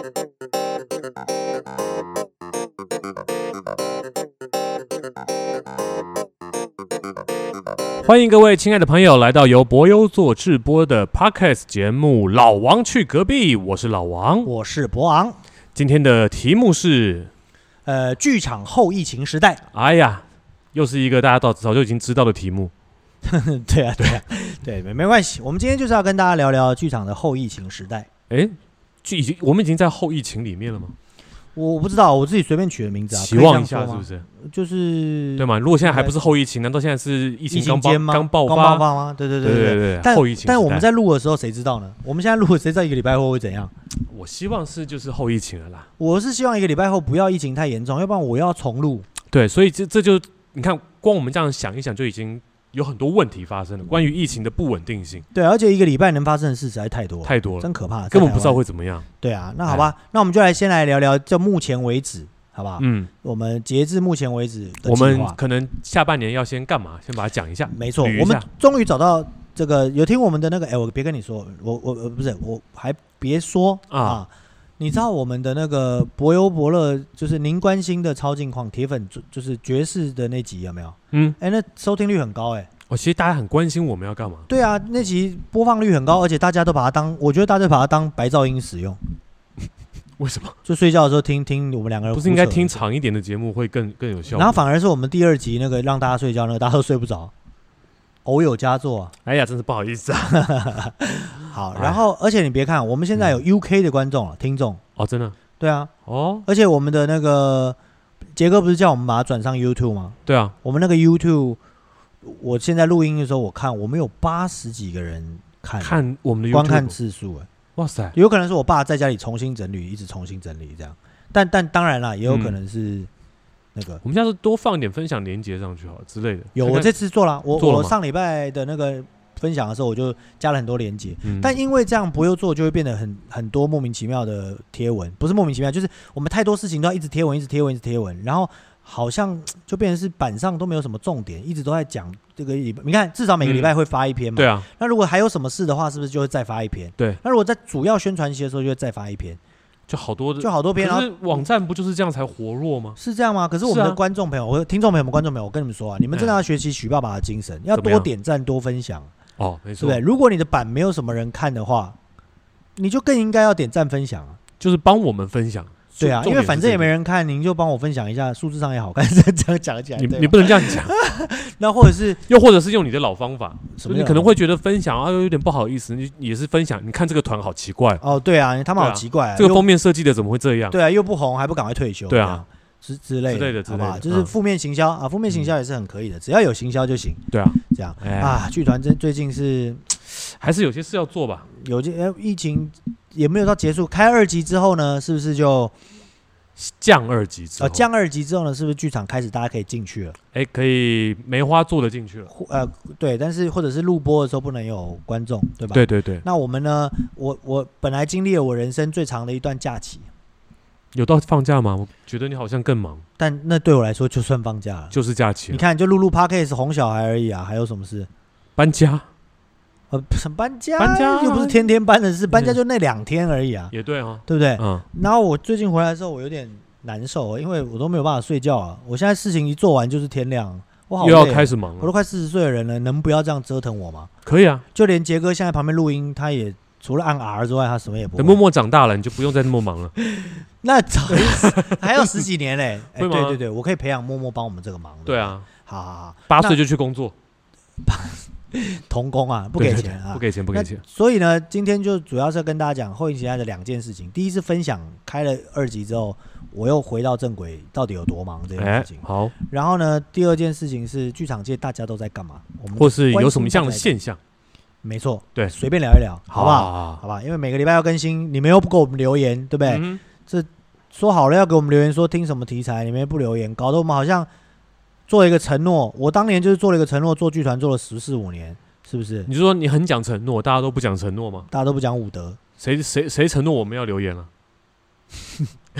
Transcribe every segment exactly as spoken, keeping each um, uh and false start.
欢迎各位亲爱的朋友来到由博优做制播的 Podcast 节目《老王去隔壁》，我是老王， 我是博昂。 今天的题目是， 呃，剧场后疫情时代。 哎呀，又是一个大家早早就已经知道的题目。 对啊，对啊，对，没没关系。我们今天就是要跟大家聊聊剧场的后疫情时代。 哎，已经我们已经在后疫情里面了吗？ 我我不知道，我自己随便取的名字啊， 期望一下是不是？ 就是对嘛？如果现在还不是后疫情，难道现在是疫情刚爆刚爆发？ 刚爆发吗？对对对对对, 对, 对但后疫情。 但我们在录的时候，谁知道呢？我们现在录，谁知道一个礼拜后会怎样？ 我希望是就是后疫情了啦。 我是希望一个礼拜后不要疫情太严重，要不然我要重录。 对，所以这这就你看，光我们这样想一想，就已经有很多问题发生了，关于疫情的不稳定性。 对，而且一个礼拜能发生的事实在太多了， 太多了， 真可怕， 根本不知道会怎么样。 对啊，那好吧，那我们就来先来聊聊，就目前为止，好不好？嗯，我们截至目前为止的计划， 我们可能下半年要先干嘛？先把它讲一下。 没错，我们终于找到这个有听我们的那个，哎，我别跟你说，我我不是，我还别说 啊, 啊。你知道我们的那个博优博乐，就是您关心的超近况铁粉，就是爵士的那集有没有？嗯，哎，那收听率很高哎、欸。 哦，其实大家很关心我们要干嘛。 对啊，那集播放率很高，而且大家都把它当，我觉得大家都把它当白噪音使用。 为什么？ 就睡觉的时候听听我们两个人， 不是应该听长一点的节目会更更有效果？ 然后反而是我们第二集那个让大家睡觉那个，大家都睡不着，偶有佳作啊！ 哎呀，真是不好意思啊。 好，然后而且你别看，我们现在有 U K 的观众了，听众哦，真的？ 对啊，哦，而且我们的那个杰哥不是叫我们把它转上 YouTube 吗？ 对啊， 我们那个 YouTube。我现在录音的时候，我看我们有八十几个人看看我们的 YouTube 观看次数，哎， 哇塞！ 有可能是我爸在家里重新整理，一直重新整理这样，但但当然啦，也有可能是那个。 嗯、我们下次多放一点分享连结上去好了之类的。 有，我这次做了，我做了我上礼拜的那个分享的时候，我就加了很多连结，嗯、但因为这样不用做，就会变得很很多莫名其妙的贴文，不是莫名其妙，就是我们太多事情都要一直贴文，一直贴文，一直贴文，然后。好像就变成是板上都没有什么重点，一直都在讲这个礼拜。你看，至少每个礼拜会发一篇嘛、嗯。 对啊。 那如果还有什么事的话，是不是就会再发一篇？ 对。 那如果在主要宣传期的时候，就会再发一篇， 就好多的， 就好多篇。 可是网站不就是这样才活络吗？ 是这样吗？可是我们的观众朋友、我、啊、听众朋友们、观众朋友，我跟你们说啊，你们真的要学习许爸爸的精神，要多点赞、多分享。 哦，没错。 对不对？如果你的版没有什么人看的话，你就更应该要点赞分享啊， 就是帮我们分享。 对啊，因为反正也没人看，您就帮我分享一下，数字上也好看。这样讲起来， 你你不能这样讲。 那或者是， 又或者是用你的老方法， 什么你可能会觉得分享啊有点不好意思，你也是分享。你看这个团好奇怪哦，对啊，他们好奇怪、啊， 这个封面设计的怎么会这样？ 对啊，又不红，还不赶快退休？对啊，之之类的， 之类的， 好吧，就是负面行销、嗯、啊，负面行销也是很可以的，只要有行销就行。 对啊， 这样、哎、啊，剧团真最近是还是有些事要做吧？ 有些疫情也没有到结束，开二级之后呢，是不是就？ 降二级之后， 呃，降二级之后呢，是不是剧场开始大家可以进去了？ 哎，可以梅花做得进去了。 呃，对，但是或者是录播的时候不能有观众，对吧？ 对对对。 那我们呢？我我本来经历了我人生最长的一段假期， 有到放假吗？我觉得你好像更忙。 但那对我来说就算放假了， 就是假期。 你看，就录录 podcast 哄小孩而已啊，还有什么事？ 搬家。 呃，搬家， 搬家又不是天天搬的事，搬家就那两天而已啊。 也对啊， 对不对？ 嗯。 然后我最近回来的时候，我有点难受，因为我都没有办法睡觉啊。我现在事情一做完就是天亮，我好累， 又要开始忙了。 我都快四十岁的人了，能不要这样折腾我吗？ 可以啊， 就连杰哥现在旁边录音，他也除了按 R 之外，他什么也不会。 等默默长大了，你就不用再那么忙了。 那早还要十几年嘞、欸！ 会吗？ 对对对，我可以培养默默帮我们这个忙。 对啊， 好好好， 八岁就去工作。 童工啊，不给钱啊， 对对对不给钱，不给钱。 所以呢，今天就主要是要跟大家讲后疫情时代的两件事情。第一是分享开了二级之后，我又回到正轨，到底有多忙这件事情。 欸、好。 然后呢，第二件事情是剧场界大家都在干嘛，我们或是有什么样的现象？ 没错， 对， 随便聊一聊，好不好？好, 好, 好吧，因为每个礼拜要更新，你们又不给我们留言，对不对？嗯、这说好了要给我们留言，说听什么题材，你们又不留言，搞得我们好像。做了一个承诺，我当年就是做了一个承诺，做剧团做了十四五年，是不是？ 你就说你很讲承诺，大家都不讲承诺吗？ 大家都不讲武德， 谁谁谁承诺我们要留言了？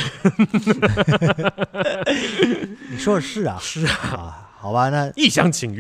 你说的是啊， 是啊， 啊好吧，那一厢情愿。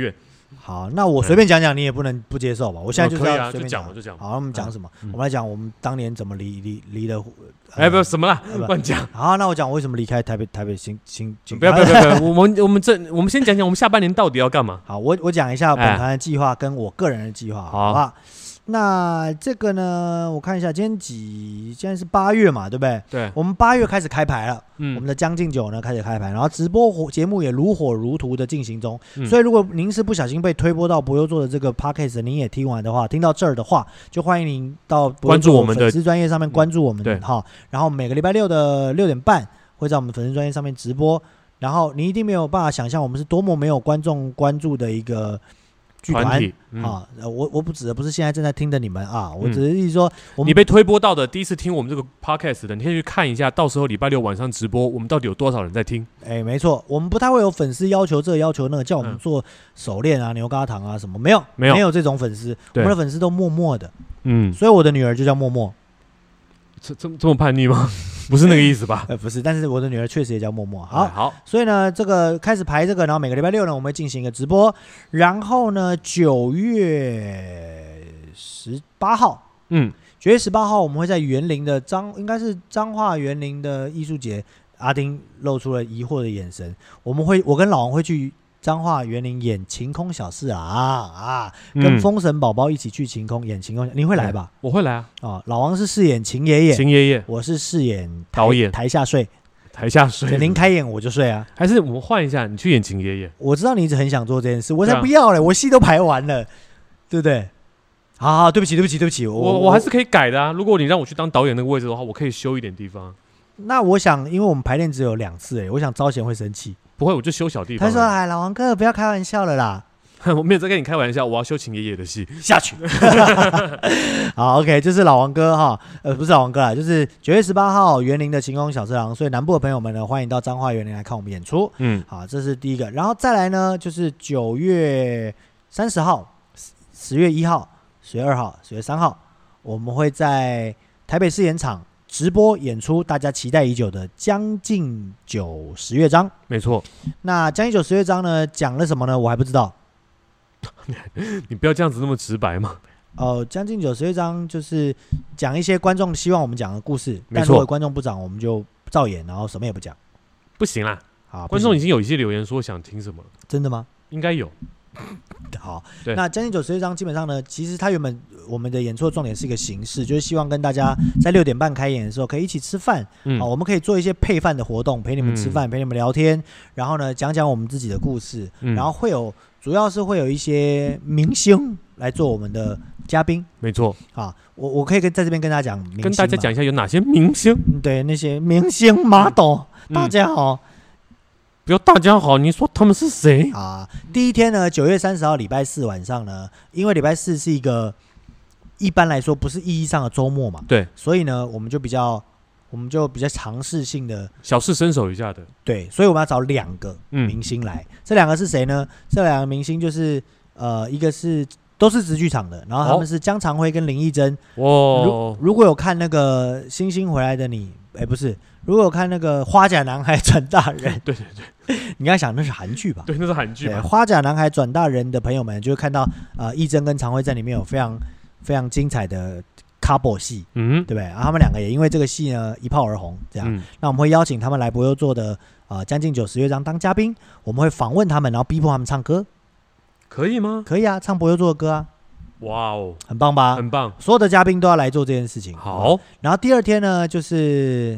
好，那我随便讲讲，你也不能不接受吧？我现在就是要随便讲，就讲。 好，我们讲什么？我们来讲我们当年怎么离离离的。 哎，不，什么啦，乱讲。 好，那我讲我为什么离开台北台北新新。 不要不要不要，我们我们这我们先讲讲我们下半年到底要干嘛。 好，我我讲一下本团的计划跟我个人的计划，好不好？那这个呢，我看一下，今天几？现在是八月嘛，对不对？ 对。 我们八月开始开牌了， 嗯， 我们的将进酒呢开始开牌，然后直播节目也如火如荼的进行中。 嗯、 所以，如果您是不小心被推播到博优做的这个 podcast， 您也听完的话，听到这儿的话，就欢迎您到关注我们的粉丝专页上面关注我们的哈、嗯。然后每个礼拜六的六点半会在我们粉丝专页上面直播。然后你一定没有办法想象我们是多么没有观众关注的一个。剧团、嗯、啊，我我不指的不是现在正在听的你们啊，我只是意思说、嗯， 你被推播到的第一次听我们这个 podcast 的，你可以去看一下，到时候礼拜六晚上直播，我们到底有多少人在听？ 哎，没错，我们不太会有粉丝要求这个要求那个，叫我们做手链啊、嗯、牛轧糖啊什么，没有， 没有， 没有这种粉丝，我们的粉丝都默默的， 嗯， 所以我的女儿就叫默默。 这这这么叛逆吗？不是那个意思吧？ 呃，不是，但是我的女儿确实也叫默默。好， 哎、好， 所以呢，这个开始排这个，然后每个礼拜六呢，我们会进行一个直播。然后呢，九月十八号， 嗯， 九月十八号，我们会在园林的彰，应该是彰化园林的艺术节。阿丁露出了疑惑的眼神。我们会，我跟老王会去彰化园林演晴空小事啊啊，跟封神宝宝一起去晴空演晴空，你会来吧？ 我会来啊。 哦，老王是饰演秦爷爷， 秦爷爷， 我是饰演导演， 台下睡， 台下睡。 您开演我就睡啊， 还是我们换一下，你去演秦爷爷？ 我知道你一直很想做这件事，我才不要嘞！我戏都排完了，对不对？好好，对不起，对不起，对不起，我我我还是可以改的啊。如果你让我去当导演那个位置的话，我可以修一点地方。 那我想，因为我们排练只有两次，哎，我想招贤会生气。 不会，我就修小地方。 他说：“哎，老王哥，不要开玩笑了啦。” 我没有在跟你开玩笑，我要修秦爷爷的戏下去。好 ，OK， 这是老王哥哈，呃，不是老王哥啦，就是九月十八号园林的晴空小次郎，所以南部的朋友们呢，欢迎到彰化园林来看我们演出。嗯，好，这是第一个，然后再来呢，就是九月三十号、十月一号、十月二号、十月三号，我们会在台北市演场直播演出大家期待已久的《将进酒》十乐章。 没错， 那《将进酒》十乐章呢，讲了什么呢？我还不知道。 你不要这样子那么直白嘛。 哦，《将进酒》十乐章就是讲一些观众希望我们讲的故事， 但如果观众不讲，我们就照演，然后什么也不讲。 不行啦， 好， 观众已经有一些留言说想听什么了。 真的吗？ 应该有。 好，那《将进酒》十乐章基本上呢，其实它原本我们的演出的重点是一个形式，就是希望跟大家在六点半开演的时候可以一起吃饭，嗯，我们可以做一些配饭的活动，陪你们吃饭，嗯，陪你们聊天，然后呢讲讲我们自己的故事，嗯，然后会有主要是会有一些明星来做我们的嘉宾。 没错， 啊，我我可以跟在这边跟大家讲， 跟大家讲一下有哪些明星， 对，那些明星 model，嗯，大家好。 不要大家好，你说他们是谁啊？第一天呢，九月三十号礼拜四晚上呢，因为礼拜四是一个一般来说不是意义上的周末嘛， 对， 所以呢，我们就比较我们就比较尝试性的小试身手一下的， 对，所以我们要找两个明星来，嗯，这两个是谁呢？这两个明星就是呃，一个是都是直剧场的，然后他们是江长辉跟林义珍。哦，如, 如果有看那个《星星回来的你》，哎，不是，如果有看那个《花甲男孩转大人》， 对对对， 你刚才想那是韩剧吧？ 对，那是韩剧。 花甲男孩转大人的朋友们就会看到，呃，义珍跟长辉在里面有非常非常精彩的 couple 戏，嗯，对不对？然后他们两个也因为这个戏呢一炮而红，这样。嗯，那我们会邀请他们来博优做的呃《将进酒》十乐章当嘉宾，我们会访问他们，然后逼迫他们唱歌。 可以吗？ 可以啊，唱博优做的歌啊。 哇哦， 很棒吧？ 很棒， 所有的嘉宾都要来做这件事情。 好， 嗯，然后第二天呢，就是，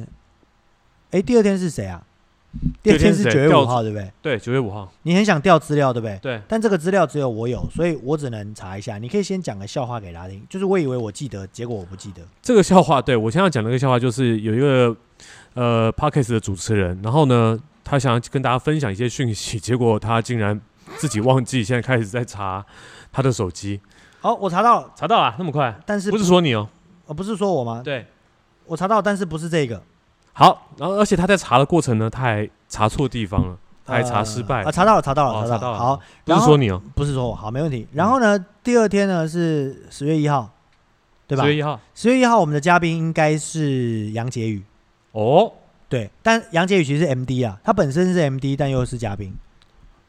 哎，第二天是谁啊？第二天是九月五号，对不对？ 对，九月五号。 你很想调资料，对不对？ 对。 但这个资料只有我有，所以我只能查一下。你可以先讲个笑话给大家听，就是我以为我记得，结果我不记得。 这个笑话，对我现在要讲的一个笑话，就是有一个呃 podcast 的主持人，然后呢，他想要跟大家分享一些讯息，结果他竟然自己忘记，现在开始在查他的手机。 好，我查到了， 查到了，那么快？ 但是不是说你哦， 哦，不是说我吗？ 对， 我查到，但是不是这个。 好，然后而且他在查的过程呢，他还查错地方了，他还查失败了。 啊，查到了，查到了， 哦、 查到了。好， 不是说你哦， 不是说我，好，没问题。然后呢，第二天呢是十月一号，对吧？ 十月一号， 十月一号，我们的嘉宾应该是杨洁宇。 哦， 对，但杨洁宇其实是 M D 啊，他本身是 M D， 但又是嘉宾。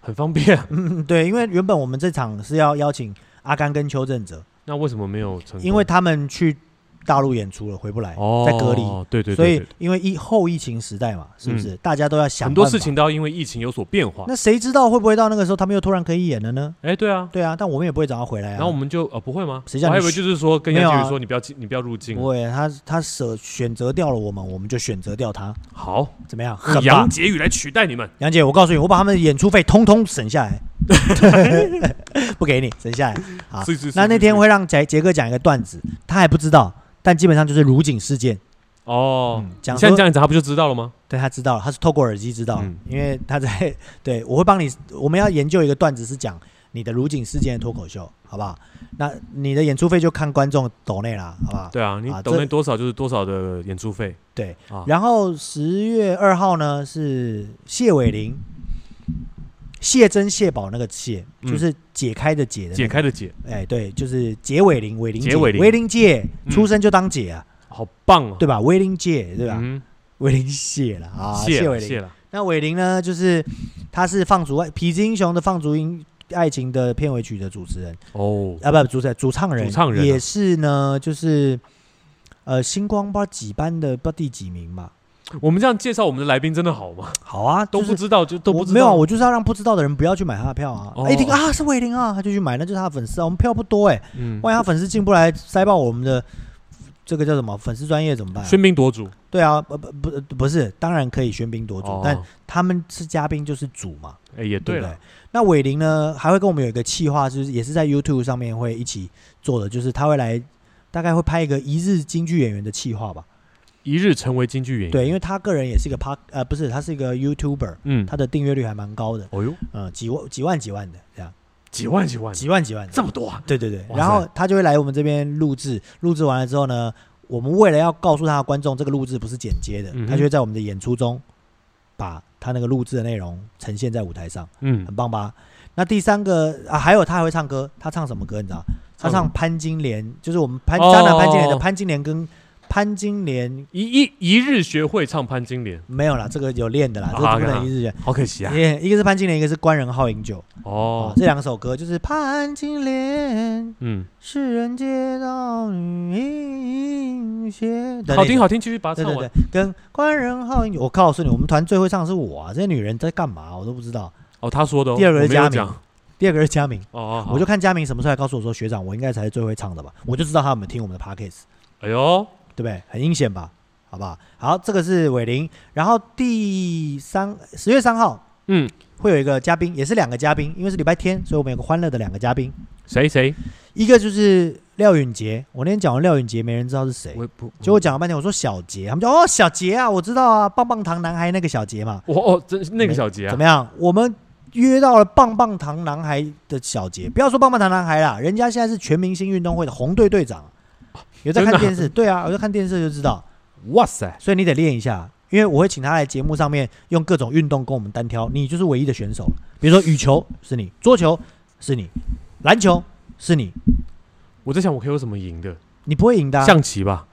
很方便、啊。 嗯，对，因为原本我们这场是要邀请阿甘跟邱正哲， 那为什么没有成功？ 因为他们去大陆演出了，回不来， 哦、 在隔离。 对对对对， 所以因为疫后疫情时代嘛，是不是、嗯、大家都要想很多事情都要因为疫情有所变化？ 那谁知道会不会到那个时候他们又突然可以演了呢？ 哎，对啊， 对啊，但我们也不会找他回来啊。 然后我们就呃不会吗？ 谁叫你？ 我还以为就是说跟杨洁宇说、 啊、 你不要你不要入境。 不会，他他舍选择掉了我们，我们就选择掉他。 好， 怎么样？ 用杨洁宇来取代你们。 杨姐，我告诉你，我把他们的演出费通通省下来，不给你，省下来。好， 是是是是， 那那天会让杰杰哥讲一个段子，他还不知道。但基本上就是如景事件哦，讲、嗯、现在这样讲他不就知道了吗？ 对，他知道了，他是透过耳机知道，嗯、因为他在对我会帮你，我们要研究一个段子是讲你的如景事件的脱口秀，好不好？那你的演出费就看观众抖内啦，好不好？ 对啊，你抖内多少就是多少的演出费。 对、啊，然后十月二号呢是谢伟玲。谢珍谢宝那个谢、嗯、就是解开的解的、那個、 解开的解， 哎，对，就是解伟玲，伟玲姐， 伟玲， 伟玲姐、嗯、出生就当姐啊， 好棒哦， 对吧？伟玲姐，对吧？伟玲谢了啊，谢伟玲，谢了。那伟玲呢，就是他是放逐爱痞子英雄的放逐英爱情的片尾曲的主持人哦，啊不，主持人主唱人， 主唱人、啊、 也是呢，就是呃星光不知道几班的不知道第几名嘛。 我们这样介绍我们的来宾真的好吗？ 好啊， 都不知道就都不知道。 没有啊，我就是要让不知道的人不要去买他的票啊。一、哦欸、听啊是伟玲啊，他就去买，那就是他的粉丝啊。我们票不多哎、欸，嗯，万一他粉丝进不来，塞爆我们的这个叫什么粉丝专业怎么办、啊？ 喧宾夺主。 对啊，不不不不是，当然可以喧宾夺主、哦，但他们是嘉宾就是主嘛。 哎、欸，也对了。 对不对？那伟玲呢，还会跟我们有一个企划，就是也是在 YouTube 上面会一起做的，就是他会来大概会拍一个一日京剧演员的企划吧。 一日成为京剧演员， 对，因为他个人也是一个 Park 呃，不是，他是一个 YouTuber， 嗯，他的订阅率还蛮高的，哦呦，嗯，几万几万几万的这样， 几万几万几万几万的， 这么多啊？ 对对对，然后他就会来我们这边录制，录制完了之后呢，我们为了要告诉他的观众这个录制不是剪接的，嗯、他就会在我们的演出中把他那个录制的内容呈现在舞台上，嗯，很棒吧？那第三个啊，还有他还会唱歌，他唱什么歌你知道？他唱潘金莲，就是我们潘渣男潘金莲的潘金莲跟。潘金莲一一一日学会唱潘金莲没有啦，这个有练的啦，啊、这个不能一日学， 好可惜啊！ 一个是潘金莲，一个是官人好饮酒哦、啊， 这两首歌就是潘金莲，嗯，是人皆道女血， 好听好听，继续把它唱完。 对对对，跟官人好饮酒，我告诉你，我们团最会唱的是我啊，这些女人在干嘛我都不知道。 哦，他说的、哦。 第二个是佳明，第二个是佳明。 哦， 我就看佳明什么时候来告诉我说，学长，我应该才是最会唱的吧？我就知道他有没有听我们的 podcast。 哎呦。 对不对？很阴险吧？好不好？好，这个是伟玲。然后第三十月三号，嗯，会有一个嘉宾，也是两个嘉宾，因为是礼拜天，所以我们有个欢乐的两个嘉宾。 谁谁？ 一个就是廖允杰。我那天讲完廖允杰，没人知道是谁。结果讲了半天，我说小杰，他们就哦小杰啊，我知道啊，棒棒糖男孩那个小杰嘛。 哦哦，真那个小杰啊？ 怎么样？我们约到了棒棒糖男孩的小杰，不要说棒棒糖男孩啦，人家现在是全明星运动会的红队队长。有在看电视，对啊，我在看电视就知道， 哇塞！ 所以你得练一下，因为我会请他来节目上面用各种运动跟我们单挑，你就是唯一的选手了。比如说羽球是你，桌球是你，篮球是你。 我在想我可以有什么赢的？ 你不会赢的、啊， 象棋吧？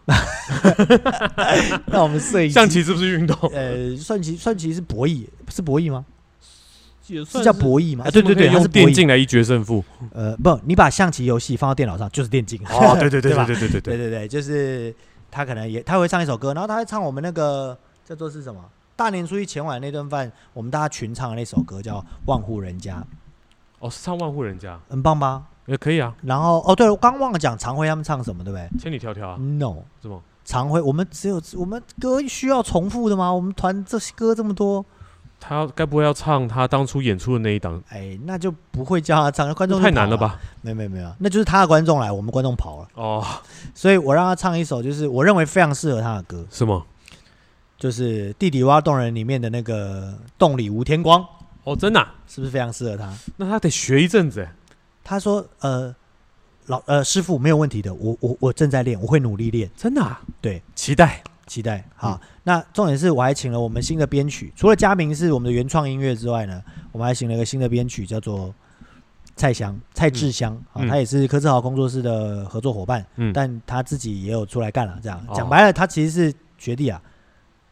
那我们摄影象棋是不是运动？ 呃，象棋象棋是博弈，是博弈吗？ 是, 是叫博弈吗？ 啊、对对对，用电竞来一决胜负。 呃，不，你把象棋游戏放到电脑上就是电竞。 哦，对对对对对对对对对对对，就是他可能也他会唱一首歌，然后他会唱我们那个叫做是什么？大年初一前晚那顿饭，我们大家群唱的那首歌叫《万户人家》。 哦，是唱《万户人家》， 很棒吧？ 也可以啊。 然后哦，对了，我刚忘了讲常辉他们唱什么，对不对？ 千里迢迢啊 ？No， 什么？ 常辉，我们只有我们歌需要重复的吗？我们团这些歌这么多。 他该不会要唱他当初演出的那一档？ 哎，那就不会叫他唱，观众太难了吧？ 没有没有没有，那就是他的观众来，我们观众跑了。 哦， 所以我让他唱一首，就是我认为非常适合他的歌。 什么？ 就是《地底蛙动人》里面的那个《洞里无天光》。 哦，真的、啊？ 是不是非常适合他？ 那他得学一阵子。 他说：“呃，老呃师傅没有问题的，我我我正在练，我会努力练。” 真的、啊？ 对， 期待。 期待好、嗯，那重点是我还请了我们新的编曲，除了嘉明是我们的原创音乐之外呢，我们还请了一个新的编曲，叫做蔡香蔡志香、嗯啊、他也是柯志豪工作室的合作伙伴、嗯，但他自己也有出来干了。这样讲、哦、白了，他其实是学弟啊，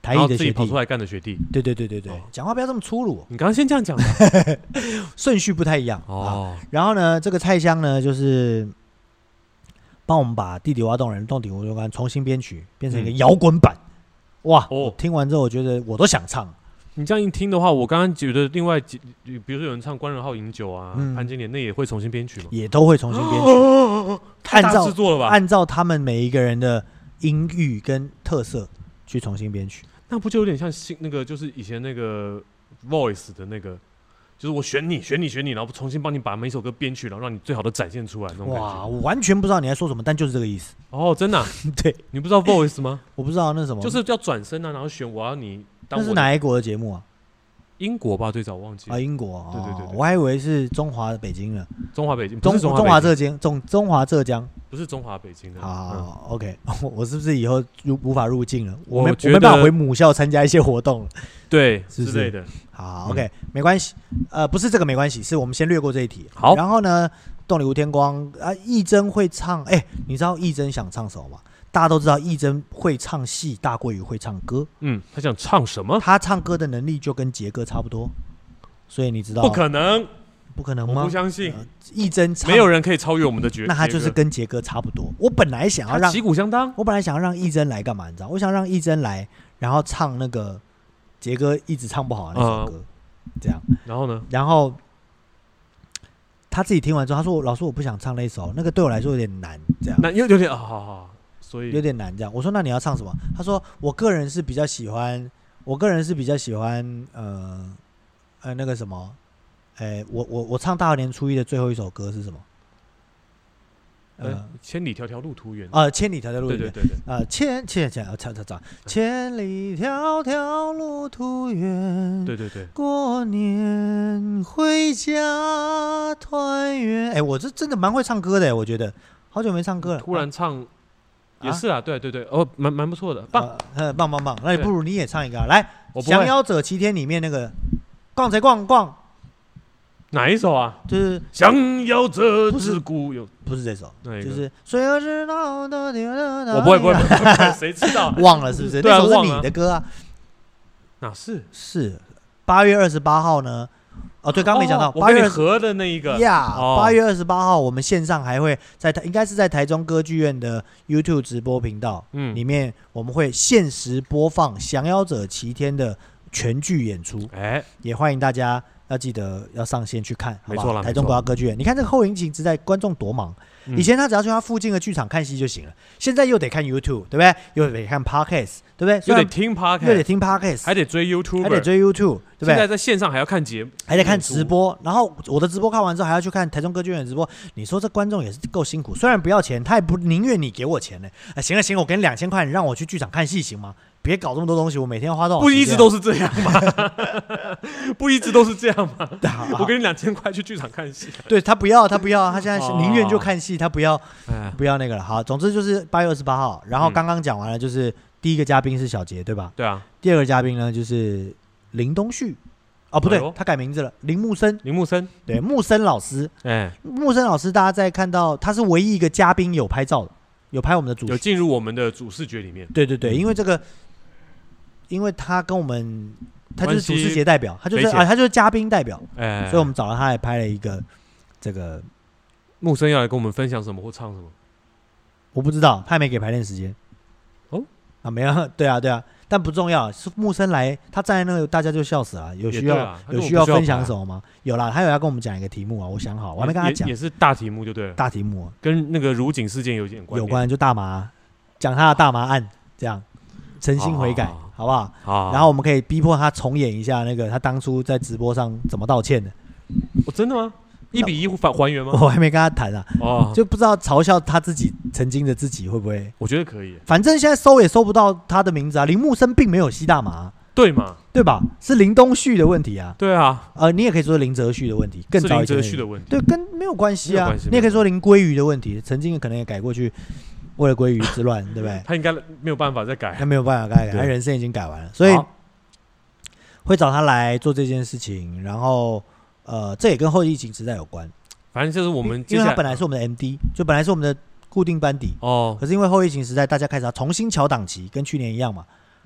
台艺的学弟， 自己跑出来干的学弟。 对对对对对，讲、哦、话不要这么粗鲁。 你刚刚先这样讲的， 顺序不太一样哦、 啊。然后呢，这个蔡襄呢，就是帮我们把《地底挖洞人》《洞底无忧关》重新编曲，变成一个摇滚版。嗯、哇、哦！我听完之后，我觉得我都想唱。 你这样一听的话，我刚刚觉得另外几，比如说有人唱《关仁浩饮酒》啊，嗯、潘金莲那也会重新编曲吗？ 也都会重新编曲。哦、 太大制作了吧？ 按照他们每一个人的音域跟特色去重新编曲。 那不就有点像新那个，就是以前那个 Voice 的那个，就是我选你选你选你，然后重新帮你把每首歌编曲，然后让你最好的展现出来那种感觉。 哇，我完全不知道你在说什么，但就是这个意思。 哦，真的、啊？ 对， 你不知道 Voice 吗？ 我不知道那是什么， 就是叫转身啊，然后选我要你当我。 那是哪一国的节目啊？ 英国吧，最早忘记了。 啊，英国。 对对 对, 对， 我还以为是中华北京了。 中华北京， 中中华浙江，中中华浙江， 不是中华北京的。 好、嗯、，OK， 我是不是以后入无法入境了？ 我没我没办法回母校参加一些活动了， 对， 是不是之类的。 好 ，OK，、嗯、没关系。呃，不是这个没关系，是我们先略过这一题。 好， 然后呢，洞里无天光啊，义珍会唱，哎、欸，你知道义珍想唱什么吗？大家都知道，义珍会唱戏大过于会唱歌。 嗯，他想唱什么？ 他唱歌的能力就跟杰哥差不多。所以你知道不可能， 不可能吗？ 我不相信。 义珍没有人可以超越我们的杰， 那他就是跟杰哥差不多。我本来想要让旗鼓相当， 我本来想要让义珍来干嘛？你知道？我想让义珍来，然后唱那个杰哥一直唱不好的那首歌，呃、这样。 然后呢？ 然后他自己听完之后，他说：“老师，我不想唱那首，那个对我来说有点难。”这样， 难有有点啊，好好，所以有点难。这样，我说：“那你要唱什么？”他说：“我个人是比较喜欢，我个人是比较喜欢，呃。”呃，那个什么，哎、欸，我我我唱大年初一的最后一首歌是什么？ 呃，欸、千里迢迢路途远。 啊，千里迢迢路途远。 对对对对。 呃，千千千，唱唱唱，千里迢迢路途远。 对对对。 过年回家团圆。哎、欸，我这真的蛮会唱歌的，我觉得好久没唱歌了。 突然唱。啊也是啊，对对对，哦，蛮蛮不错的，棒， 呃，棒棒棒。那你不如你也唱一个、啊，来，《降妖者齐天》里面那个。逛谁逛逛？ 哪一首啊？ 就是降妖者自古有， 不是这首，就是谁又知道的？ 我不会，不会，不会，谁知道？ 忘了是不是？ 对啊， 那首是你的歌啊？ 哪是？ 是八月二十八号呢？哦，对，刚刚没讲到八月合的那一个呀。八月二十八号，我们线上还会在台，应该是在台中歌剧院的 YouTube 直播频道，嗯，里面我们会限时播放《降妖者齐天》的。全剧演出，哎、欸，也欢迎大家要记得要上线去看，好不好？ 没错啦， 台中国家歌剧院，你看这个后引擎时代观众多忙、嗯，以前他只要去他附近的剧场看戏就行了，现在又得看 YouTube， 对不对？又得看 Podcast， 对不对？ 又得听 Podcast， 又得听 Podcast， 还得追 YouTube， 还得追 YouTube， 对不对？ 现在在线上还要看节目， 还得看直播，然后我的直播看完之后还要去看台中歌剧院的直播，你说这观众也是够辛苦，虽然不要钱，他也不宁愿你给我钱呢。啊，行了行了，我给你两千块，你让我去剧场看戏行吗？别搞这么多东西，我每天要花多少时间、啊？ 不一直都是这样吗？不一直都是这样吗？我给你两千块去剧场看戏。 对他不要，他不要，他现在宁愿就看戏，他不要，不要那个了。好，总之就是八月二十八号。然后刚刚讲完了，就是第一个嘉宾是小杰，对吧？ 对啊。 第二个嘉宾呢，就是林东旭。哦，不对，他改名字了，林木森。 林木森， 对，木森老师。 哎， 木森老师，大家在看到他是唯一一个嘉宾有拍照的，有拍我们的主， 有进入我们的主视觉里面。 对对对，因为这个。因为他跟我们，他就是主视节代表，他就是啊，他就是嘉宾代表，欸、所以我们找了他来拍了一个这个。 木森要来跟我们分享什么或唱什么？ 我不知道，他还没给排练时间。 哦， 啊，没有，对啊，对啊，但不重要。是木森来，他站在那个，大家就笑死了。有需要、啊、有需要分享什么吗？有啦，他有要跟我们讲一个题目啊，我想好，我还没跟他讲。 也是大题目就对了。 大题目、啊、 跟那个如景事件有点关。 有关，就大麻，讲他的大麻案这样。诚心悔改，好, 好不好？ 好。 然后我们可以逼迫他重演一下那个他当初在直播上怎么道歉的。 哦，真的吗？一比一还还原吗？ 我还没跟他谈啊， 哦， 就不知道嘲笑他自己曾经的自己会不会？ 我觉得可以。 反正现在搜也搜不到他的名字啊。林木森并没有吸大麻， 对嘛？ 对吧？是林东旭的问题啊。 对啊， 呃，你也可以说林哲旭的问题，更早以前是林哲旭的问题。 对，跟没有关系啊。你也可以说林鲑鱼的问题，曾经可能也改过去。为了鲑鱼之乱，对不对？ 他应该没有办法再改， 他没有办法改，他人生已经改完了，所以会找他来做这件事情。然后，呃，这也跟后疫情时代有关。 反正就是我们， 因为他本来是我们的 M D， 就本来是我们的固定班底哦。 可是因为后疫情时代，大家开始要重新调档期，跟去年一样嘛。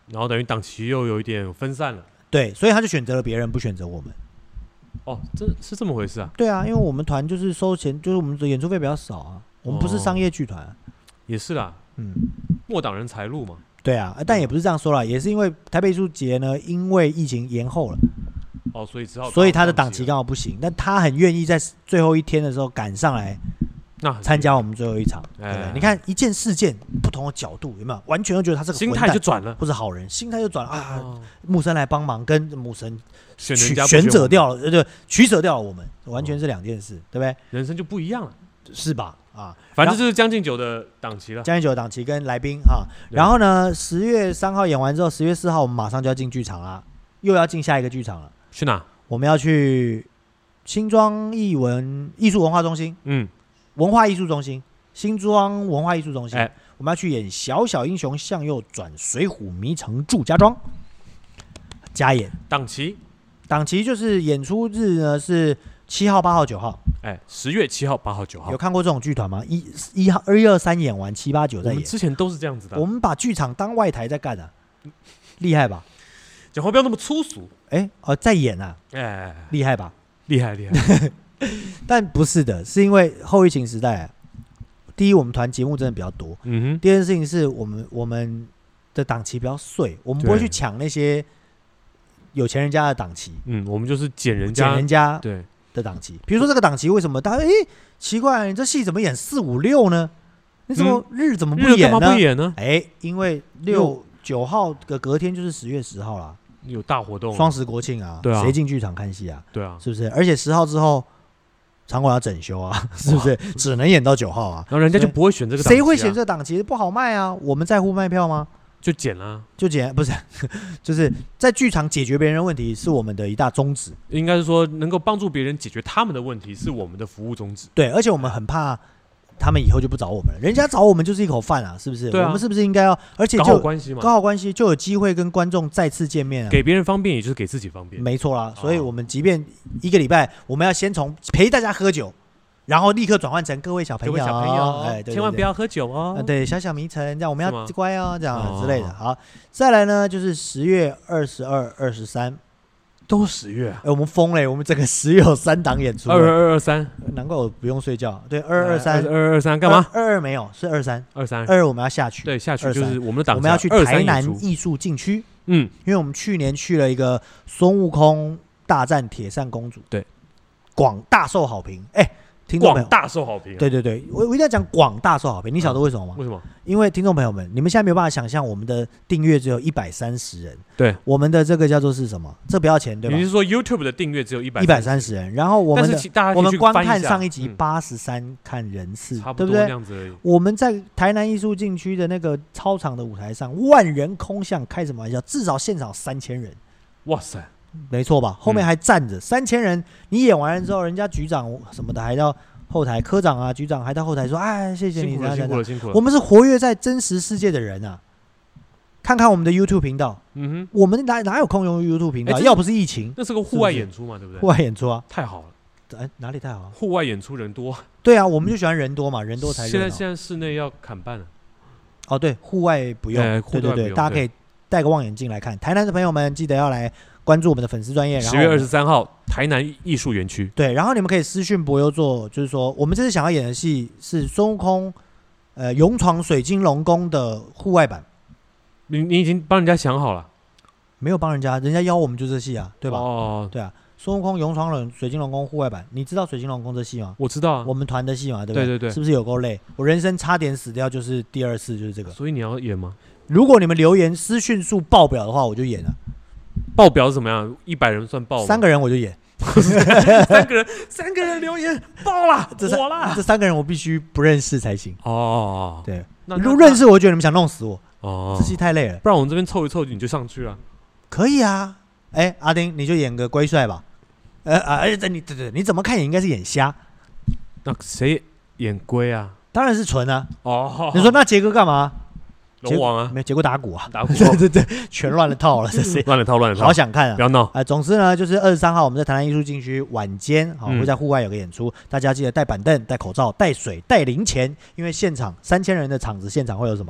然后等于档期又有一点分散了。 对，所以他就选择了别人，不选择我们。 哦，这是这么回事啊？ 对啊，因为我们团就是收钱，就是我们的演出费比较少啊，我们不是商业剧团、啊哦。也是啦， 嗯， 末档人财路嘛。 对啊，但也不是这样说啦，也是因为台北艺术节呢，因为疫情延后了。 哦，所以只好， 所以他的档期刚好不行，但他很愿意在最后一天的时候赶上来，参加我们最后一场。对不对？你看一件事件不同的角度，有没有？完全都觉得他是个心态就转了， 或者好人，心态就转了啊！木神来帮忙，跟母神选选择掉了，对，取舍掉了我们，完全是两件事，对不对？ 人生就不一样了， 是吧？啊， 反正就是将近九的档期了， 将近九的档期跟来宾哈。然后呢，十月三号演完之后，十月四号我们马上就要进剧场啦，又要进下一个剧场了。 去哪？ 我们要去新庄艺文艺术文化中心，嗯，文化艺术中心，新庄文化艺术中心，欸、我们要去演《小小英雄向右转》《水浒迷城祝家庄》加演。 档期， 档期就是演出日呢是七号、八号、九号。 哎、欸，十月七号、八号、九号。 有看过这种剧团吗？一一号、二一二三演完，七八九再演。 我们之前都是这样子的、啊。 我们把剧场当外台在干啊，厉害吧？ 讲话不要那么粗俗。 哎、欸，哦，在演啊，哎、 欸， 厉害吧？ 厉害厉害。 但不是的，是因为后疫情时代、啊，第一，我们团节目真的比较多。嗯哼。第二件事情是我们我们的档期比较碎，我们不会去抢那些有钱人家的档期。 嗯，我们就是捡人家捡人家对的档期。比如说这个档期为什么大家哎、欸、奇怪，你这戏怎么演四五六呢？你怎么、嗯、日怎么不演呢？ 日干嘛不演呢？ 哎、欸，因为六九号的隔天就是十月十号啦。 有大活动， 双十国庆啊，对啊，谁进剧场看戏啊？ 对啊， 是不是？而且十号之后，场馆要整修啊，是不是？只能演到九号啊， 然后人家就不会选这个档期、啊， 谁会选这个档期？不好卖啊！我们在乎卖票吗？ 就减啦、啊， 就减，不是，就是在剧场解决别人的问题是我们的一大宗旨。 应该是说，能够帮助别人解决他们的问题是我们的服务宗旨。 对，而且我们很怕。他们以后就不找我们了，人家找我们就是一口饭啊，是不是？ 对啊， 我们是不是应该要，而且就搞好关系嘛， 搞好关系就有机会跟观众再次见面啊， 给别人方便，也就是给自己方便， 没错啦。所以我们即便一个礼拜，我们要先从陪大家喝酒，然后立刻转换成各位小朋友， 各位小朋友， 哎，对对对， 千万不要喝酒哦。 啊、对，小小迷城，这样我们要乖哦，这样、哦、之类的。好，再来呢，就是十月二十二、二十三。 都十月、啊， 哎、欸，我们疯了，我们整个十月有三档演出， 二二二三， 难怪我不用睡觉。对，二二三， 二二三干嘛？ 二二没有，是二三， 二三， 二我们要下去， 对，下去就是我们的档， 我们要去台南艺术禁区。嗯，因为我们去年去了一个孙悟空大战铁扇公主， 对， 广大受好评。哎、欸。听众朋友广大受好评、啊， 对对对，我我一定要讲广大受好评。你晓得为什么吗？ 为什么？ 因为听众朋友们，你们现在没有办法想象，我们的订阅只有一百三十人。 对， 我们的这个叫做是什么？这不要钱，对吧？ 你是说 YouTube 的订阅只有一百一百三十人，然后我们的我们观看上一集八十三看人次， 嗯、 对不对？ 这样子而已。 我们在台南艺术禁区的那个操场的舞台上，万人空巷，开什么玩笑？至少现场三千人。 哇塞！ 没错吧？后面还站着三千人，你演完了之后，人家局长什么的还要。后台科长啊，局长还到后台说：“哎，谢谢你， 辛苦了，辛苦了，辛苦了。” 我们是活跃在真实世界的人啊！看看我们的 YouTube 频道，嗯哼，我们哪哪有空用 YouTube 频道？欸、要不是疫情， 那是个户外演出嘛，对不对？ 户外演出啊， 太好了！ 哎，哪里太好了？ 户外演出人多。 对啊，我们就喜欢人多嘛，人多才热闹。 现在现在室内要砍半了。 哦，对，户外不用， 欸、 对对对，大家可以戴个望远镜来看。台南的朋友们，记得要来。关注我们的粉丝专页， 十月二十三号台南艺术园区。 对，然后你们可以私讯博优做，就是说我们这次想要演的戏是孙悟空，呃，勇闯水晶龙宫的户外版。 你你已经帮人家想好了？ 没有帮人家，人家邀我们就这戏啊，对吧？ 哦， 对啊，孙悟空勇闯水晶龙宫户外版，你知道水晶龙宫这戏吗？ 我知道啊， 我们团的戏嘛，对不对？ 对对对， 是不是有够累？我人生差点死掉，就是第二次，就是这个。 所以你要演吗？ 如果你们留言私讯数爆表的话，我就演了。 爆表是怎么样？一百人算爆吗？ 三个人我就演， 三个人，三个人留言爆了，火了。 这三个人我必须不认识才行。 哦， 对，如果认识，我觉得你们想弄死我。 哦， 这戏太累了。 不然我们这边凑一凑，你就上去了。 可以啊，哎、欸，阿丁，你就演个龟帅吧。呃啊，而且你对对，你怎么看也应该是演虾。 那谁演龟啊？ 当然是纯啊。 哦， 你说那杰哥干嘛？ 龙王啊， 没有，结果打鼓啊， 打鼓， 对对对，全乱了套了，这是乱了套，乱了套， 好想看啊！ 不要闹啊、呃！总之呢，就是二十三号我们在台南艺术禁区晚间，好、嗯、会在户外有个演出，大家记得带板凳、带口罩、带水、带零钱，因为现场三千人的场子，现场会有什么？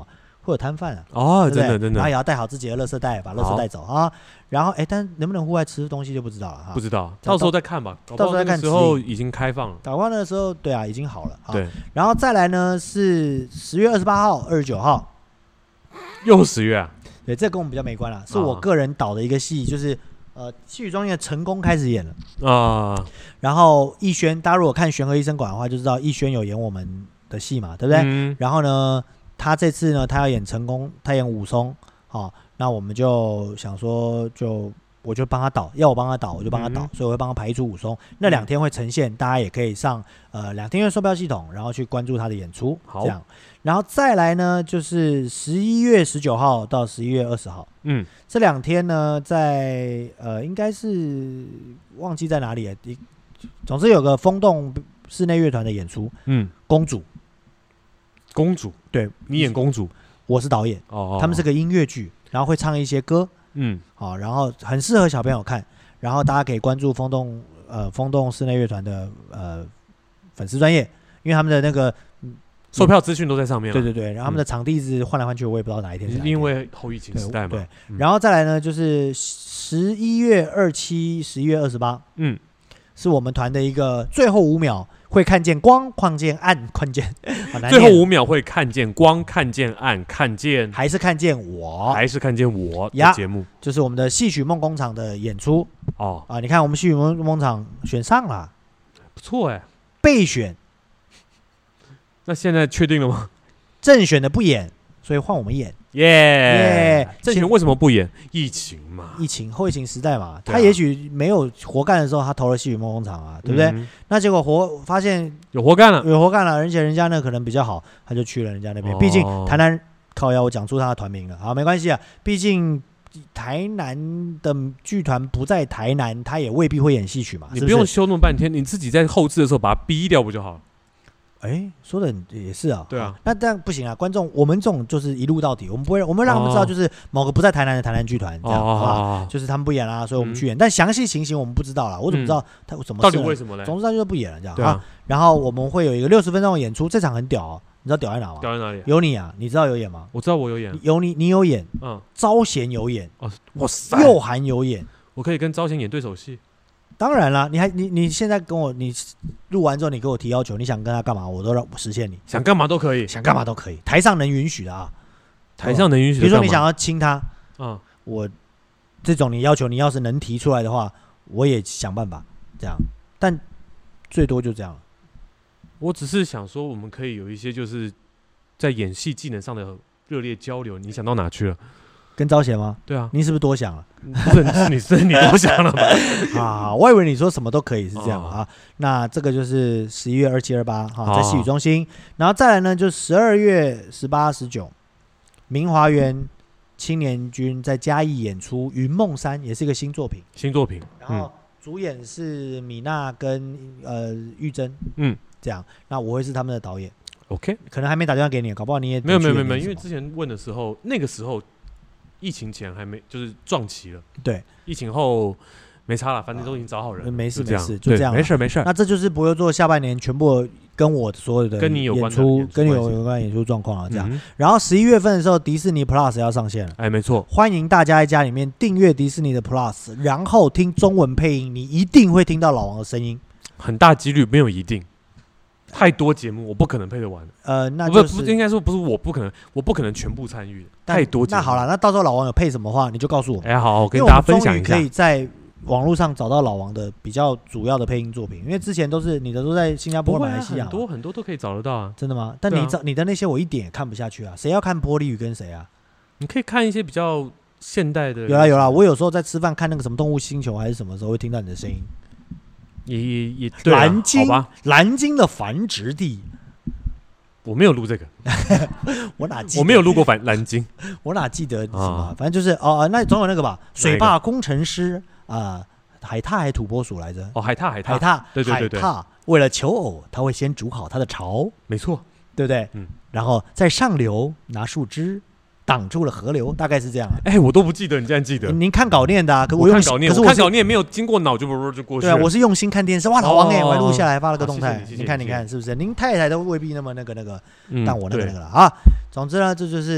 会有摊贩啊。 哦， 对不对真的真的， 然后也要带好自己的垃圾袋，把垃圾带走啊。然后哎，但能不能户外吃东西就不知道了哈。 不知道，到时候再看吧。 到时候再看。 时候已经开放了。 打光的时候，对啊，已经好了。 对。 然后再来呢是十月二十八号、二十九号， 又十月啊？ 对，这跟我们比较没关了，是我个人导的一个戏，就是呃，戏曲中心的成功开始演了啊。然后逸轩，大家如果看《玄和医生馆》的话，就知道逸轩有演我们的戏嘛，对不对？嗯、然后呢，他这次呢，他要演成功，他演武松，好、哦，那我们就想说就。我就帮他导，要我帮他导，我就帮他导，嗯、所以我会帮他排一出武松。那两天会呈现，大家也可以上呃两天院售票系统，然后去关注他的演出。好，这样，然后再来呢，就是十一月十九号到十一月二十号，嗯，这两天呢，在呃应该是忘记在哪里了，总之有个风动室内乐团的演出，嗯，公主， 公主， 对你演公主， 我是导演，哦，他们是个音乐剧，然后会唱一些歌。嗯，好，然后很适合小朋友看，然后大家可以关注风动呃风动室内乐团的呃粉丝专页，因为他们的那个、 嗯、售票资讯都在上面、啊。 对对对，然后他们的场地一直换来换去，我也不知道哪一天是哪一天。 因为后疫情时代嘛。 对，对嗯、然后再来呢，就是十一月二七、十一月二十八，嗯，是我们团的一个最后五秒。会看见光，看见暗，看见最后五秒会看见光，看见暗，看见还是看见我， 还是看见我的节目， 就是我们的戏曲梦工厂的演出哦啊！你看我们戏曲梦工厂选上了， 不错哎， 备选。 那现在确定了吗？ 正选的不演，所以换我们演。 耶耶！正选为什么不演？疫情嘛， 疫情后疫情时代嘛，啊、他也许没有活干的时候，他投了戏曲梦工厂啊，对不对？嗯、那结果活发现有活干了， 有活干了，而且人家呢可能比较好，他就去了人家那边。哦、毕竟台南靠腰，我讲出他的团名了，好，没关系啊。毕竟台南的剧团不在台南，他也未必会演戏曲嘛。 你不用修那么半天，你自己在后制的时候把它逼掉不就好了？ 哎，说的也是啊， 对啊， 那这样不行啊，观众，我们这种就是一路到底，我们不会，我们让他们知道，就是某个不在台南的台南剧团这样，好吧？就是他们不演啦，所以我们去演，但详细情形我们不知道啦，我怎么知道他怎么到底为什么呢？ 总之他就是不演了这样啊。然后我们会有一个六十分钟的演出，这场很屌哦，你知道屌在哪吗？ 屌在哪里？ 有你啊，你知道有演吗？ 我知道我有演， 有你，你有演，嗯，招贤有演， 哦，哇塞， 佑涵有演， 我可以跟招贤演对手戏。 当然啦，你还你你现在跟我你录完之后，你给我提要求，你想跟他干嘛，我都让我实现你。 想干嘛都可以， 想干嘛都可以，台上能允许的啊。 台上能允许的。 比如说你想要亲他，嗯，我这种你要求，你要是能提出来的话，我也想办法这样，但最多就这样。 我只是想说，我们可以有一些就是在演戏技能上的热烈交流。你想到哪去了？ 跟招贤吗？ 对啊， 你是不是多想了？ 不是，是你是你多想了吧？ 啊，我以为你说什么都可以是这样、哦、啊。那这个就是十一月二七二八哈，在戏曲中心。然后再来呢，就十二月十八、十九，明华园青年军在嘉义演出《云梦山》，也是一个新作品。 新作品。 然后主演是米娜跟呃玉珍，嗯，这样。那我会是他们的导演。 OK， 可能还没打电话给你，搞不好你也没有没有没有，因为之前问的时候，那个时候。疫情前还没就是撞齐了， 对， 疫情后没差了，反正都已经找好人了、 啊，没事没事，就这样， 没事没事。 那这就是不会做下半年全部跟我所有的跟你有关出，跟你有有关演出状况了，这样。嗯、然后十一月份的时候，迪士尼 Plus 要上线了， 哎，没错， 欢迎大家在家里面订阅迪士尼的 Plus， 然后听中文配音，你一定会听到老王的声音， 很大几率没有一定。太多节目我不可能配得完， 呃，那就是不不应该说不是我不可能，我不可能全部参与，太多节目。 那好了，那到时候老王有配什么话，你就告诉我们。 哎，好，我跟大家分享一下。 可以在网络上找到老王的比较主要的配音作品，因为之前都是你的都在新加坡、马来西亚， 很多很多都可以找得到啊。 真的吗？但你找、啊、你的那些我一点也看不下去啊，谁要看玻璃鱼跟谁啊？ 你可以看一些比较现代的。 有啦有啦，我有时候在吃饭看那个什么动物星球还是什么时候会听到你的声音。 也也也对、啊， 蓝鲸， 好吧， 蓝鲸的繁殖地。 我没有录这个， 我哪记得我没有录过反蓝鲸， 我哪记得什么？啊、反正就是哦，那总有那个吧，水坝工程师啊、呃，海獭还土拨鼠来着？ 哦，海獭，海獭，海獭， 对对对对， 海獭为了求偶，他会先煮好他的巢， 没错， 对不对？嗯，然后在上流拿树枝挡住了河流，大概是这样。 哎、欸，我都不记得，你竟然记得？ 您看稿念的啊？可我用看稿念， 可是我看稿念没有经过脑就不就过去了。 对啊，我是用心看电视。哇，老王哎、欸，我还录下来发了个动态。 哦、 你看，你看，是不是？您太太都未必那么那个那个， 嗯、 但我那个那个了啊。总之呢，这就是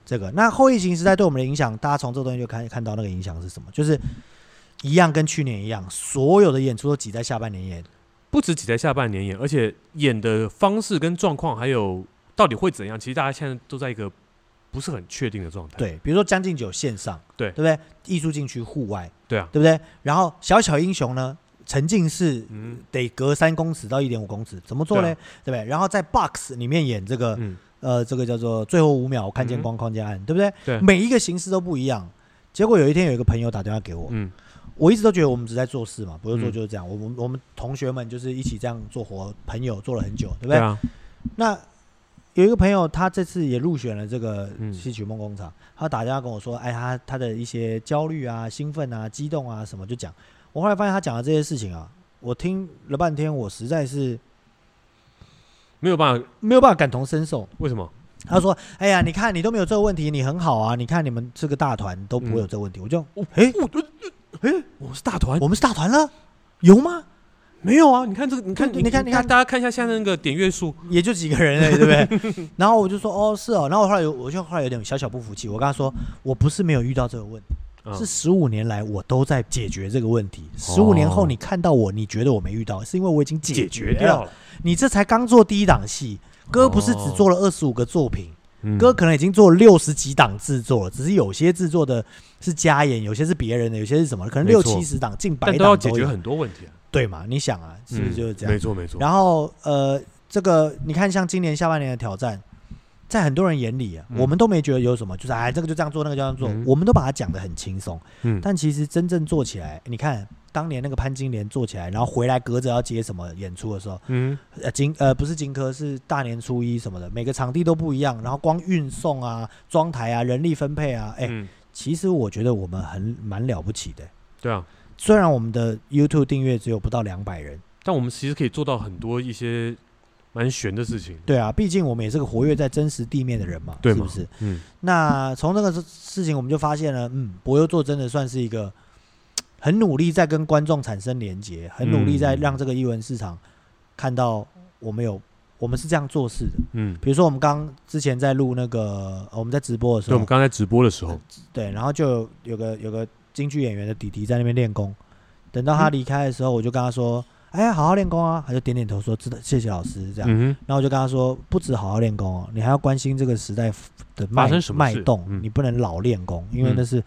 这个。那后疫情时代对我们的影响，大家从这个东西就看看到那个影响是什么，就是一样跟去年一样，所有的演出都挤在下半年演， 不止挤在下半年演，而且演的方式跟状况，还有到底会怎样，其实大家现在都在一个不是很确定的状态。 对，比如说将进酒线上， 对， 对不对？艺术禁区户外， 对啊， 对不对？然后小小英雄呢，沉浸式嗯， 得隔三公尺到一点五公尺，怎么做呢？ 对啊对不对？然后在 box 里面演这个， 嗯， 呃，这个叫做最后五秒我看见光框架案，对不对？ 对， 每一个形式都不一样。结果有一天有一个朋友打电话给我， 嗯， 我一直都觉得我们只在做事嘛，不是做嗯就是这样。我们我们同学们就是一起这样做活，朋友做了很久，对不对？ 对啊， 那有一个朋友，他这次也入选了这个嗯戏曲梦工厂，他打电话跟我说，哎，他他的一些焦虑啊、兴奋啊、激动啊什么就讲。我后来发现他讲的这些事情啊，我听了半天，我实在是没有办法， 没有办法感同身受。 为什么？ 他说：“哎呀，你看你都没有这个问题，你很好啊！你看你们这个大团都不会有这个问题。 嗯” 我就，哎， 哎，我们是大团， 我们是大团了，有吗？ 没有啊！你看这个，你看， 你看，你看， 大家看一下现在那个点阅数， 也就几个人而已，对不对？然后我就说：“哦，是哦。”然后我后来有，我就后来有点小小不服气。我跟他说：“我不是没有遇到这个问题， 嗯、 是十五年来我都在解决这个问题。十五年后你看到我，你觉得我没遇到，是因为我已经解决掉了。你这才刚做第一档戏，哥不是只做了二十五个作品。”哥可能已经做六十几档制作了，只是有些制作的是加演，有些是别人的，有些是什么？可能六七十档、近百档都要解决很多问题啊， 对嘛？你想啊，是不是就是这样？ 嗯、没错没错。 然后呃，这个你看，像今年下半年的挑战，在很多人眼里啊，嗯、我们都没觉得有什么，就是哎，这个就这样做，那个就这样做，嗯、我们都把它讲得很轻松。嗯，但其实真正做起来，你看。当年那个潘金莲做起来，然后回来隔着要接什么演出的时候，嗯，呃金呃不是金科是大年初一什么的，每个场地都不一样，然后光运送啊、装台啊、人力分配啊，哎、欸嗯，其实我觉得我们很蛮了不起的。 对啊， 虽然我们的 YouTube 订阅只有不到两百人， 但我们其实可以做到很多一些蛮悬的事情。 对啊，毕竟我们也是个活跃在真实地面的人嘛， 对是不是？ 嗯， 那从那个事情我们就发现了，嗯，博优做真的算是一个。很努力在跟观众产生连结，很努力在让这个艺文市场看到我们有我们是这样做事的。嗯，比如说我们刚之前在录那个我们在直播的时候， 对，我们刚在直播的时候， 对，然后就有个有个京剧演员的弟弟在那边练功，等到他离开的时候，我就跟他说：“哎呀，好好练功啊！”他就点点头说：“知道，谢谢老师。”这样，嗯、然后我就跟他说：“不止好好练功哦，你还要关心这个时代的脉脉动，嗯、你不能老练功，因为那是。”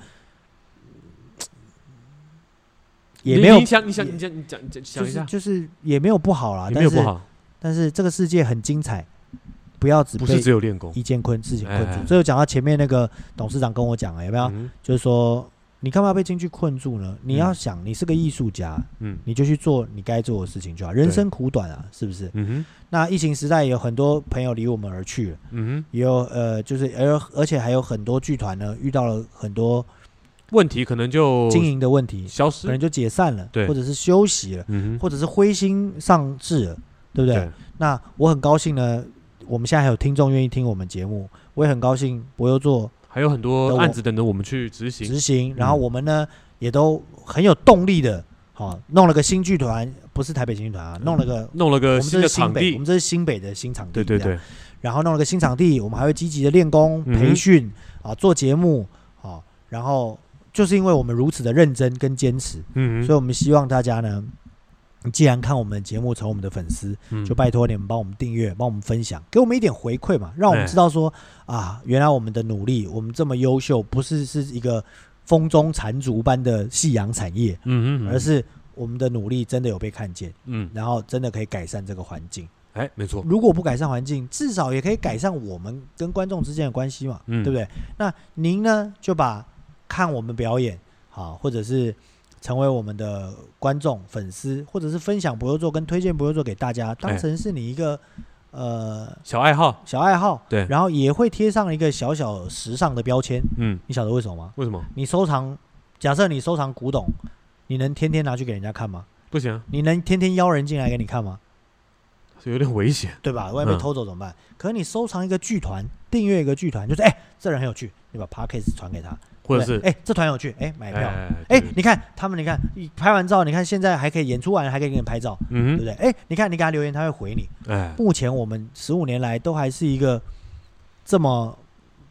也没有， 你想，你想，你讲，你讲，想一下， 就是也没有不好啦， 也没有不好， 但是这个世界很精彩，不要只不是只有练功， 一件困事情困住。这就讲到前面那个董事长跟我讲了，有没有？嗯、就是说，你干嘛要被京剧困住呢？你要想，你是个艺术家，嗯，你就去做你该做的事情就好。人生苦短啊，是不是？嗯哼。那疫情时代有很多朋友离我们而去了，嗯哼，也有呃，就是而而且还有很多剧团呢，遇到了很多。 问题可能就经营的问题消失， 可能就解散了， 对， 或者是休息了，嗯、或者是灰心丧志了，对不对？对，那我很高兴呢，我们现在还有听众愿意听我们节目，我也很高兴博优做还有很多案子等着我们去执行， 执行，然后我们呢、嗯、也都很有动力的，好、哦、弄了个新剧团，不是台北新剧团啊，弄了个、嗯、 弄了个新的场地， 我们这是新北的新场地， 对对对， 然后弄了个新场地，我们还会积极的练功、嗯、培训啊，做节目啊，然后。就是因为我们如此的认真跟坚持，嗯，所以我们希望大家呢，你既然看我们的节目成我们的粉丝，嗯、就拜托你们帮我们订阅，帮我们分享，给我们一点回馈嘛，让我们知道说、哎、啊，原来我们的努力，我们这么优秀，不是是一个风中残烛般的夕阳产业，嗯嗯，而是我们的努力真的有被看见，嗯，然后真的可以改善这个环境。 哎，没错。 如果不改善环境，至少也可以改善我们跟观众之间的关系嘛，嗯、对不对？那您呢，就把看我们表演，好，或者是成为我们的观众、粉丝，或者是分享博优座跟推荐博优座给大家，当成是你一个、欸、呃小爱好， 小爱好， 对， 然后也会贴上一个小小时尚的标签。嗯，你晓得为什么吗？ 为什么？ 你收藏，假设你收藏古董，你能天天拿去给人家看吗？ 不行、啊。 你能天天邀人进来给你看吗？ 有点危险， 对吧？万一被偷走怎么办？嗯、可是你收藏一个剧团，订阅一个剧团，就是哎、欸，这人很有趣，你把 podcast 传给他， 或者是哎、欸，这团有趣，哎、欸，买票，哎、欸欸，你看他们，你看拍完照，你看现在还可以演出完还可以给你拍照，嗯、对不对？哎、欸，你看你给他留言，他会回你。哎，目前我们十五年来都还是一个这么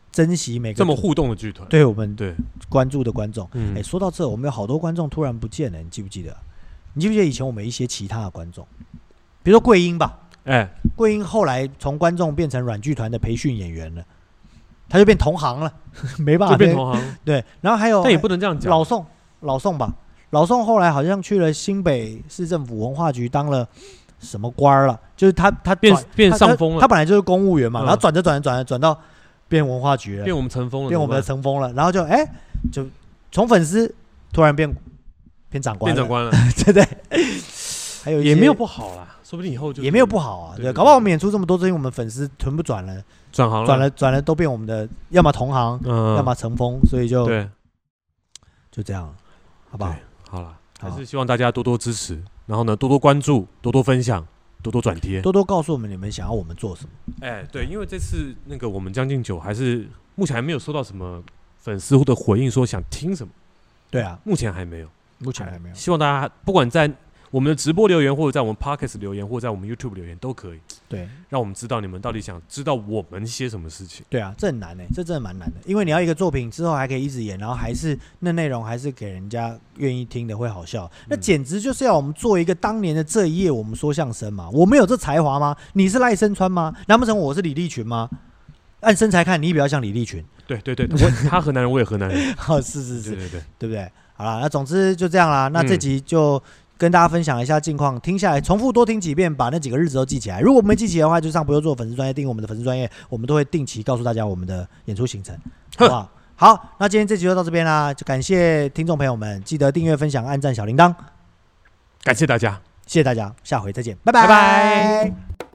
珍惜每个这么互动的剧团， 对我们对关注的观众。哎、 嗯欸，说到这，我们有好多观众突然不见了，你记不记得？你记不记得以前我们一些其他的观众，比如说桂英吧？ 哎、欸， 桂英后来从观众变成软剧团的培训演员了，他就变同行了，没办法， 就变同行。 对，然后还有， 但也不能这样讲。 老宋，老宋吧，老宋后来好像去了新北市政府文化局当了什么官了，就是他他变变上风了他，他本来就是公务员嘛， 嗯、 然后转着转着转着转到变文化局了， 变我们陈峰了， 变我们的陈峰了，然后就哎、欸、就从粉丝突然变变长官了， 变长官了， 对不对？还有也没有不好啦，说不定以后就也没有不好啊，对， 对对对搞不好我们演出这么多，最近我们粉丝全部转了， 转行了， 转了转了都变我们的，要么同行， 嗯， 要么成风，所以就对， 就这样，好不好？ 好了，还是希望大家多多支持，然后呢，多多关注，多多分享，多多转贴， 多多告诉我们你们想要我们做什么。 哎，对，因为这次那个我们将近九还是目前还没有收到什么粉丝的回应，说想听什么。 对啊， 目前还没有， 目前还没有。 希望大家不管在我们的直播留言，或者在我们 Podcast 留言，或者在我们 YouTube 留言都可以。 对， 让我们知道你们到底想知道我们些什么事情。 对啊，这很难诶、欸，这真的蛮难的，因为你要一个作品之后还可以一直演，然后还是那内容还是给人家愿意听的，会好笑，那简直就是要我们做一个当年的这一页，我们说相声嘛。我们有这才华吗？你是赖声川吗？难不成我是李立群吗？按身材看，你比较像李立群。 对对对，我他河南人，我也河南人。 哦，是是是， 对对对， 对不对？好啦，那总之就这样啦。那这集就跟大家分享一下近况，听下来重复多听几遍，把那几个日子都记起来。如果没记起来的话，就上不用做粉丝专页，订我们的粉丝专页，我们都会定期告诉大家我们的演出行程，好不好？好，那今天这集就到这边啦，就感谢听众朋友们，记得订阅、分享、按赞小铃铛， 感谢大家， 谢谢大家，下回再见，拜拜。 拜拜。